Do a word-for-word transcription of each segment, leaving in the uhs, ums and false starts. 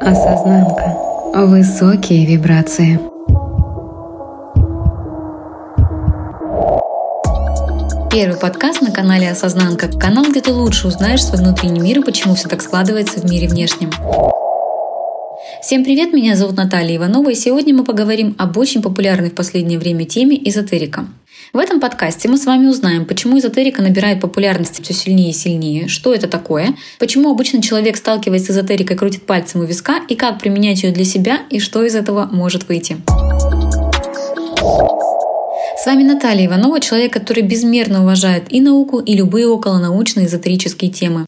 Осознанка. Высокие вибрации. Первый подкаст на канале Осознанка. Канал, где ты лучше узнаешь свой внутренний мир и почему все так складывается в мире внешнем. Всем привет, меня зовут Наталья Иванова, и сегодня мы поговорим об очень популярной в последнее время теме эзотерика. В этом подкасте мы с вами узнаем, почему эзотерика набирает популярность все сильнее и сильнее, что это такое, почему обычно человек, сталкиваясь с эзотерикой, крутит пальцем у виска, и как применять ее для себя, и что из этого может выйти. С вами Наталья Иванова, человек, который безмерно уважает и науку, и любые околонаучные эзотерические темы.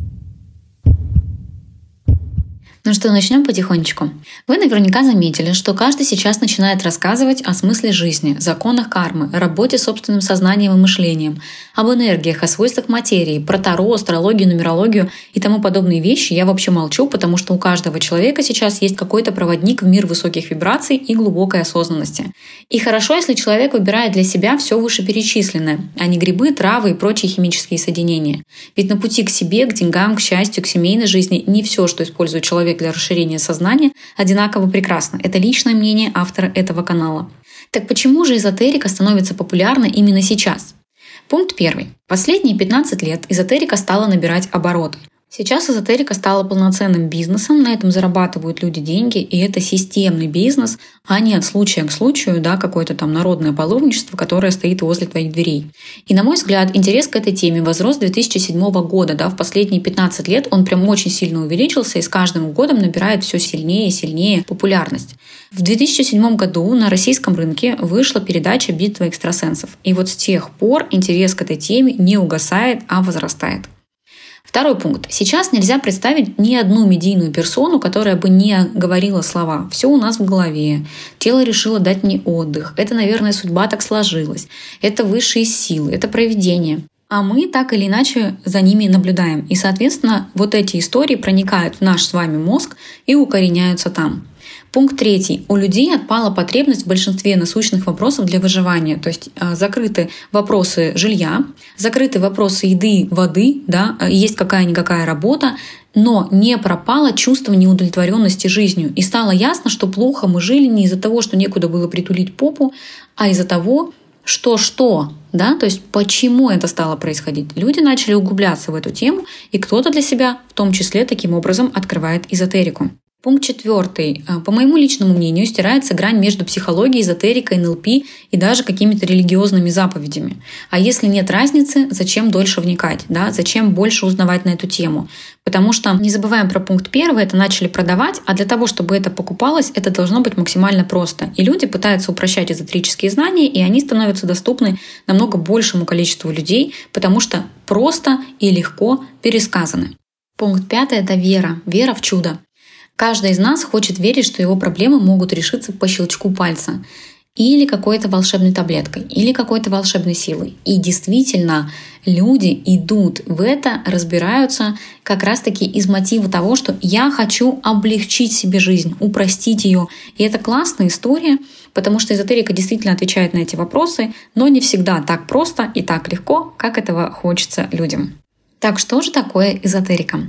Ну что, начнем потихонечку. Вы наверняка заметили, что каждый сейчас начинает рассказывать о смысле жизни, законах кармы, работе с собственным сознанием и мышлением, об энергиях, о свойствах материи, про таро, астрологию, нумерологию и тому подобные вещи. Я вообще молчу, потому что у каждого человека сейчас есть какой-то проводник в мир высоких вибраций и глубокой осознанности. И хорошо, если человек выбирает для себя все вышеперечисленное, а не грибы, травы и прочие химические соединения. Ведь на пути к себе, к деньгам, к счастью, к семейной жизни не все, что использует человек для расширения сознания, одинаково прекрасно. Это личное мнение автора этого канала. Так почему же эзотерика становится популярной именно сейчас? Пункт первый. Последние пятнадцать лет эзотерика стала набирать обороты. Сейчас эзотерика стала полноценным бизнесом, на этом зарабатывают люди деньги, и это системный бизнес, а не от случая к случаю, да, какое-то там народное паломничество, которое стоит возле твоих дверей. И, на мой взгляд, интерес к этой теме возрос с две тысячи седьмого года, да, в последние пятнадцать лет он прям очень сильно увеличился и с каждым годом набирает все сильнее и сильнее популярность. В две тысячи седьмом году на российском рынке вышла передача «Битва экстрасенсов», и вот с тех пор интерес к этой теме не угасает, а возрастает. Второй пункт. Сейчас нельзя представить ни одну медийную персону, которая бы не говорила слова. Все у нас в голове. Тело решило дать мне отдых. Это, наверное, судьба так сложилась. Это высшие силы, это провидение. А мы так или иначе за ними наблюдаем. И, соответственно, вот эти истории проникают в наш с вами мозг и укореняются там. Пункт третий. У людей отпала потребность в большинстве насущных вопросов для выживания. То есть э, закрыты вопросы жилья, закрыты вопросы еды, воды, да, есть какая-никакая работа, но не пропало чувство неудовлетворенности жизнью. И стало ясно, что плохо мы жили не из-за того, что некуда было притулить попу, а из-за того, что-что, да, то есть почему это стало происходить. Люди начали углубляться в эту тему, и кто-то для себя, в том числе, таким образом открывает эзотерику. Пункт четвертый. По моему личному мнению, стирается грань между психологией, эзотерикой, эн эл пи и даже какими-то религиозными заповедями. А если нет разницы, зачем дольше вникать? Да? Зачем больше узнавать на эту тему? Потому что, не забываем про пункт первый, это начали продавать, а для того, чтобы это покупалось, это должно быть максимально просто. И люди пытаются упрощать эзотерические знания, и они становятся доступны намного большему количеству людей, потому что просто и легко пересказаны. Пункт пятый — это вера. Вера в чудо. Каждый из нас хочет верить, что его проблемы могут решиться по щелчку пальца. Или какой-то волшебной таблеткой, или какой-то волшебной силой. И действительно, люди идут в это, разбираются как раз-таки из мотива того, что я хочу облегчить себе жизнь, упростить ее. И это классная история, потому что эзотерика действительно отвечает на эти вопросы, но не всегда так просто и так легко, как этого хочется людям. Так что же такое эзотерика?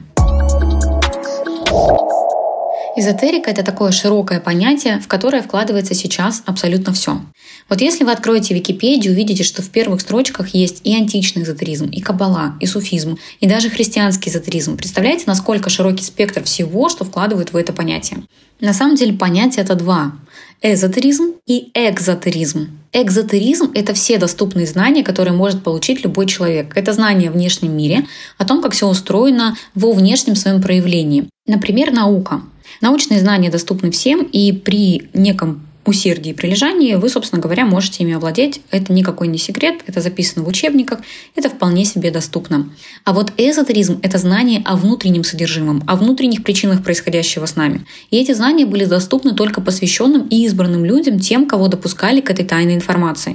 Эзотерика — это такое широкое понятие, в которое вкладывается сейчас абсолютно все. Вот если вы откроете Википедию, увидите, что в первых строчках есть и античный эзотеризм, и каббала, и суфизм, и даже христианский эзотеризм. Представляете, насколько широкий спектр всего, что вкладывают в это понятие? На самом деле понятия — это два. Эзотеризм и экзотеризм. Экзотеризм — это все доступные знания, которые может получить любой человек. Это знания о внешнем мире, о том, как все устроено во внешнем своем проявлении. Например, наука. Научные знания доступны всем, и при неком усердии и прилежании вы, собственно говоря, можете ими овладеть. Это никакой не секрет, это записано в учебниках, это вполне себе доступно. А вот эзотеризм — это знание о внутреннем содержимом, о внутренних причинах происходящего с нами. И эти знания были доступны только посвященным и избранным людям, тем, кого допускали к этой тайной информации.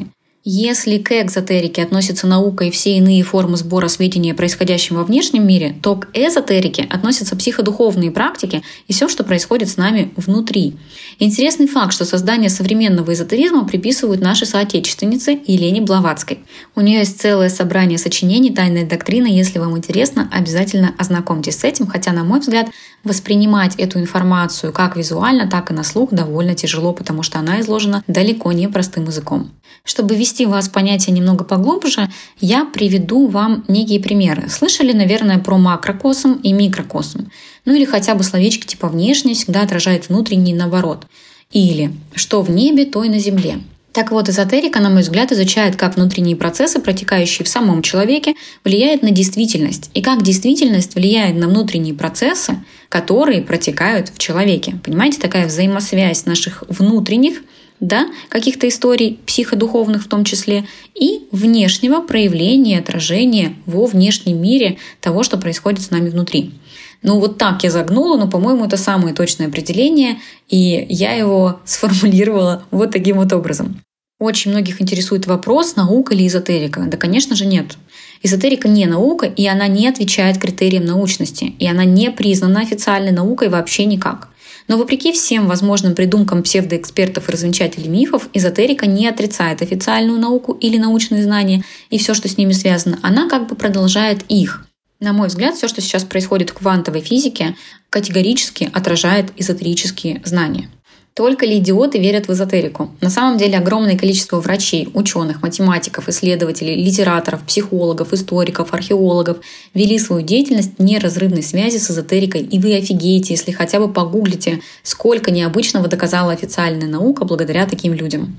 Если к экзотерике относится наука и все иные формы сбора сведений о происходящем во внешнем мире, то к эзотерике относятся психодуховные практики и все, что происходит с нами внутри. Интересный факт, что создание современного эзотеризма приписывают нашей соотечественнице Елене Блаватской. У нее есть целое собрание сочинений «Тайная доктрина». Если вам интересно, обязательно ознакомьтесь с этим, хотя, на мой взгляд, воспринимать эту информацию как визуально, так и на слух довольно тяжело, потому что она изложена далеко не простым языком. Чтобы ввести вас в понятие немного поглубже, я приведу вам некие примеры. Слышали, наверное, про макрокосм и микрокосм. Ну или хотя бы словечки типа «внешний всегда отражает внутренний наоборот». Или «что в небе, то и на земле». Так вот, эзотерика, на мой взгляд, изучает, как внутренние процессы, протекающие в самом человеке, влияют на действительность, и как действительность влияет на внутренние процессы, которые протекают в человеке. Понимаете, такая взаимосвязь наших внутренних, да, каких-то историй, психодуховных в том числе, и внешнего проявления, отражения во внешнем мире того, что происходит с нами внутри. Ну вот так я загнула, но, по-моему, это самое точное определение, и я его сформулировала вот таким вот образом. Очень многих интересует вопрос, наука или эзотерика. Да, конечно же, нет. Эзотерика не наука, и она не отвечает критериям научности, и она не признана официальной наукой вообще никак. Но вопреки всем возможным придумкам псевдоэкспертов и развенчателей мифов, эзотерика не отрицает официальную науку или научные знания и все, что с ними связано. Она как бы продолжает их. На мой взгляд, все, что сейчас происходит в квантовой физике, категорически отражает эзотерические знания. Только ли идиоты верят в эзотерику? На самом деле огромное количество врачей, ученых, математиков, исследователей, литераторов, психологов, историков, археологов вели свою деятельность в неразрывной связи с эзотерикой. И вы офигеете, если хотя бы погуглите, сколько необычного доказала официальная наука благодаря таким людям.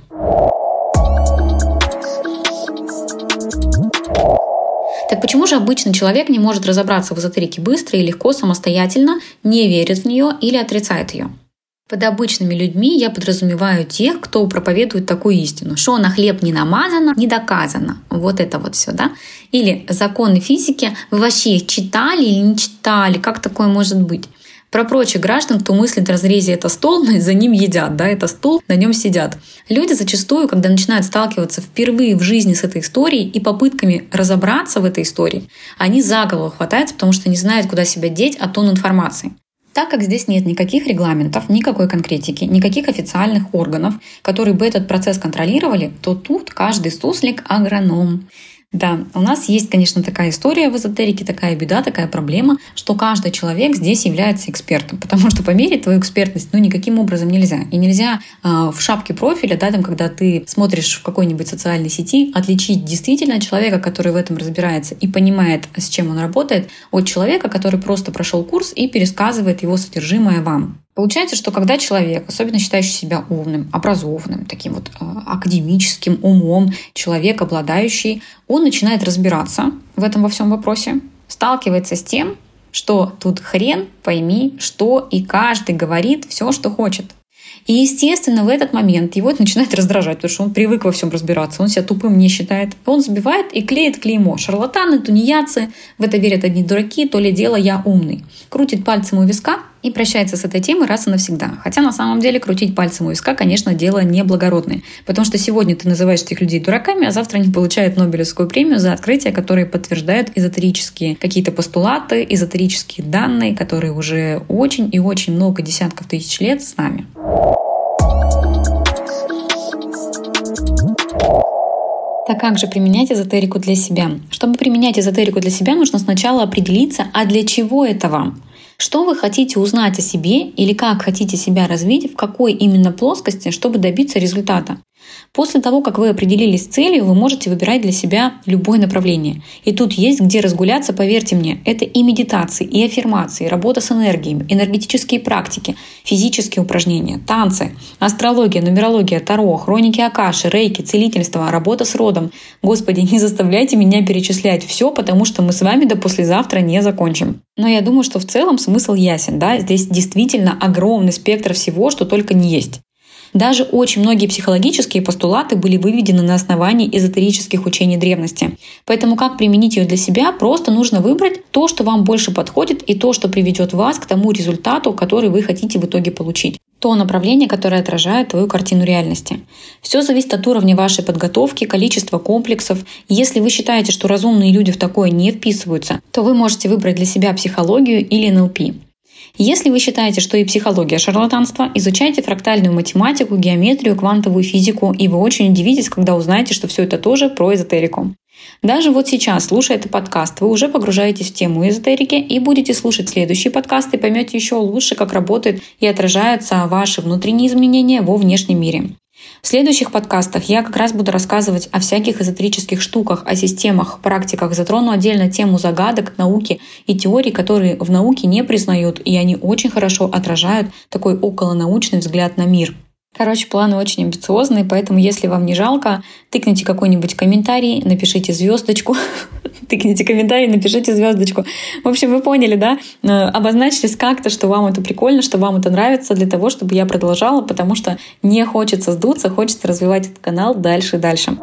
Так почему же обычный человек не может разобраться в эзотерике быстро и легко, самостоятельно, не верит в нее или отрицает ее? Под обычными людьми я подразумеваю тех, кто проповедует такую истину, что на хлеб не намазано, не доказано. Вот это вот все, да? Или законы физики вы вообще их читали или не читали? Как такое может быть? Про прочих граждан, кто мыслит в разрезе «это стол», но за ним едят, да, это стул, на нем сидят. Люди зачастую, когда начинают сталкиваться впервые в жизни с этой историей и попытками разобраться в этой истории, они за голову хватаются, потому что не знают, куда себя деть от тонн информации. Так как здесь нет никаких регламентов, никакой конкретики, никаких официальных органов, которые бы этот процесс контролировали, то тут каждый суслик — агроном. Да, у нас есть, конечно, такая история в эзотерике, такая беда, такая проблема, что каждый человек здесь является экспертом, потому что померить твою экспертность ну никаким образом нельзя. И нельзя э, в шапке профиля, да, там, когда ты смотришь в какой-нибудь социальной сети, отличить действительно человека, который в этом разбирается и понимает, с чем он работает, от человека, который просто прошел курс и пересказывает его содержимое вам. Получается, что когда человек, особенно считающий себя умным, образованным, таким вот э, академическим умом, человек, обладающий, он начинает разбираться в этом во всем вопросе, сталкивается с тем, что тут хрен пойми, что и каждый говорит все, что хочет. И, естественно, в этот момент его это начинает раздражать, потому что он привык во всем разбираться, он себя тупым не считает. Он забивает и клеит клеймо. Шарлатаны, тунеядцы, в это верят одни дураки, то ли дело «я умный». Крутит пальцем у виска и прощается с этой темой раз и навсегда. Хотя на самом деле крутить пальцем у виска, конечно, дело неблагородное. Потому что сегодня ты называешь этих людей дураками, а завтра они получают Нобелевскую премию за открытия, которые подтверждают эзотерические какие-то постулаты, эзотерические данные, которые уже очень и очень много десятков тысяч лет с нами. Так как же применять эзотерику для себя? Чтобы применять эзотерику для себя, нужно сначала определиться, а для чего это вам? Что вы хотите узнать о себе или как хотите себя развить, в какой именно плоскости, чтобы добиться результата. После того, как вы определились с целью, вы можете выбирать для себя любое направление. И тут есть где разгуляться, поверьте мне. Это и медитации, и аффирмации, работа с энергиями, энергетические практики, физические упражнения, танцы, астрология, нумерология, таро, хроники Акаши, рейки, целительство, работа с родом. Господи, не заставляйте меня перечислять все, потому что мы с вами до послезавтра не закончим. Но я думаю, что в целом смысл ясен. Да? Здесь действительно огромный спектр всего, что только не есть. Даже очень многие психологические постулаты были выведены на основании эзотерических учений древности. Поэтому как применить ее для себя, просто нужно выбрать то, что вам больше подходит, и то, что приведет вас к тому результату, который вы хотите в итоге получить. то направление, которое отражает твою картину реальности. Все зависит от уровня вашей подготовки, количества комплексов. Если вы считаете, что разумные люди в такое не вписываются, то вы можете выбрать для себя психологию или эн эл пи. Если вы считаете, что и психология шарлатанство, изучайте фрактальную математику, геометрию, квантовую физику, и вы очень удивитесь, когда узнаете, что все это тоже про эзотерику. Даже вот сейчас, слушая этот подкаст, вы уже погружаетесь в тему эзотерики и будете слушать следующие подкасты и поймете еще лучше, как работают и отражаются ваши внутренние изменения во внешнем мире. В следующих подкастах я как раз буду рассказывать о всяких эзотерических штуках, о системах, практиках, затрону отдельно тему загадок, науки и теорий, которые в науке не признают, и они очень хорошо отражают такой околонаучный взгляд на мир. Короче, планы очень амбициозные, поэтому если вам не жалко, тыкните какой-нибудь комментарий, напишите звездочку. Тыкните комментарий, напишите звездочку. В общем, вы поняли, да? Обозначьтесь как-то, что вам это прикольно, что вам это нравится, для того, чтобы я продолжала, потому что не хочется сдуться, хочется развивать этот канал дальше и дальше.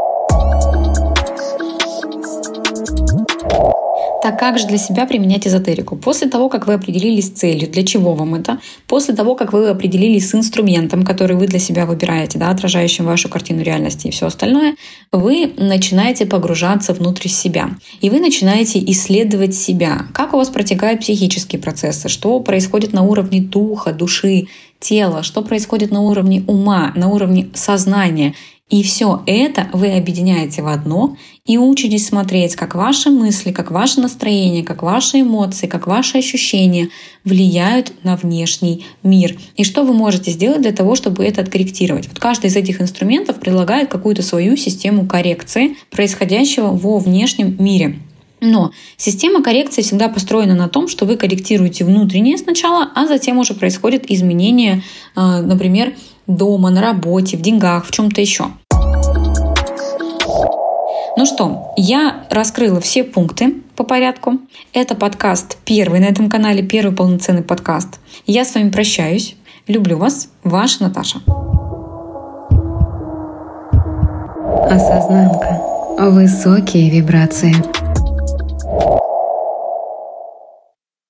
Так как же для себя применять эзотерику? После того, как вы определились с целью, для чего вам это, после того, как вы определились с инструментом, который вы для себя выбираете, да, отражающим вашу картину реальности и все остальное, вы начинаете погружаться внутрь себя. И вы начинаете исследовать себя. Как у вас протекают психические процессы, что происходит на уровне духа, души, тела, что происходит на уровне ума, на уровне сознания. И все это вы объединяете в одно и учитесь смотреть, как ваши мысли, как ваше настроение, как ваши эмоции, как ваши ощущения влияют на внешний мир. И что вы можете сделать для того, чтобы это откорректировать. Вот каждый из этих инструментов предлагает какую-то свою систему коррекции происходящего во внешнем мире. Но система коррекции всегда построена на том, что вы корректируете внутреннее сначала, а затем уже происходит изменение, например, дома, на работе, в деньгах, в чем-то еще. Ну что, я раскрыла все пункты по порядку. Это подкаст первый на этом канале, первый полноценный подкаст. Я с вами прощаюсь. Люблю вас. Ваша Наташа. Осознанка. Высокие вибрации.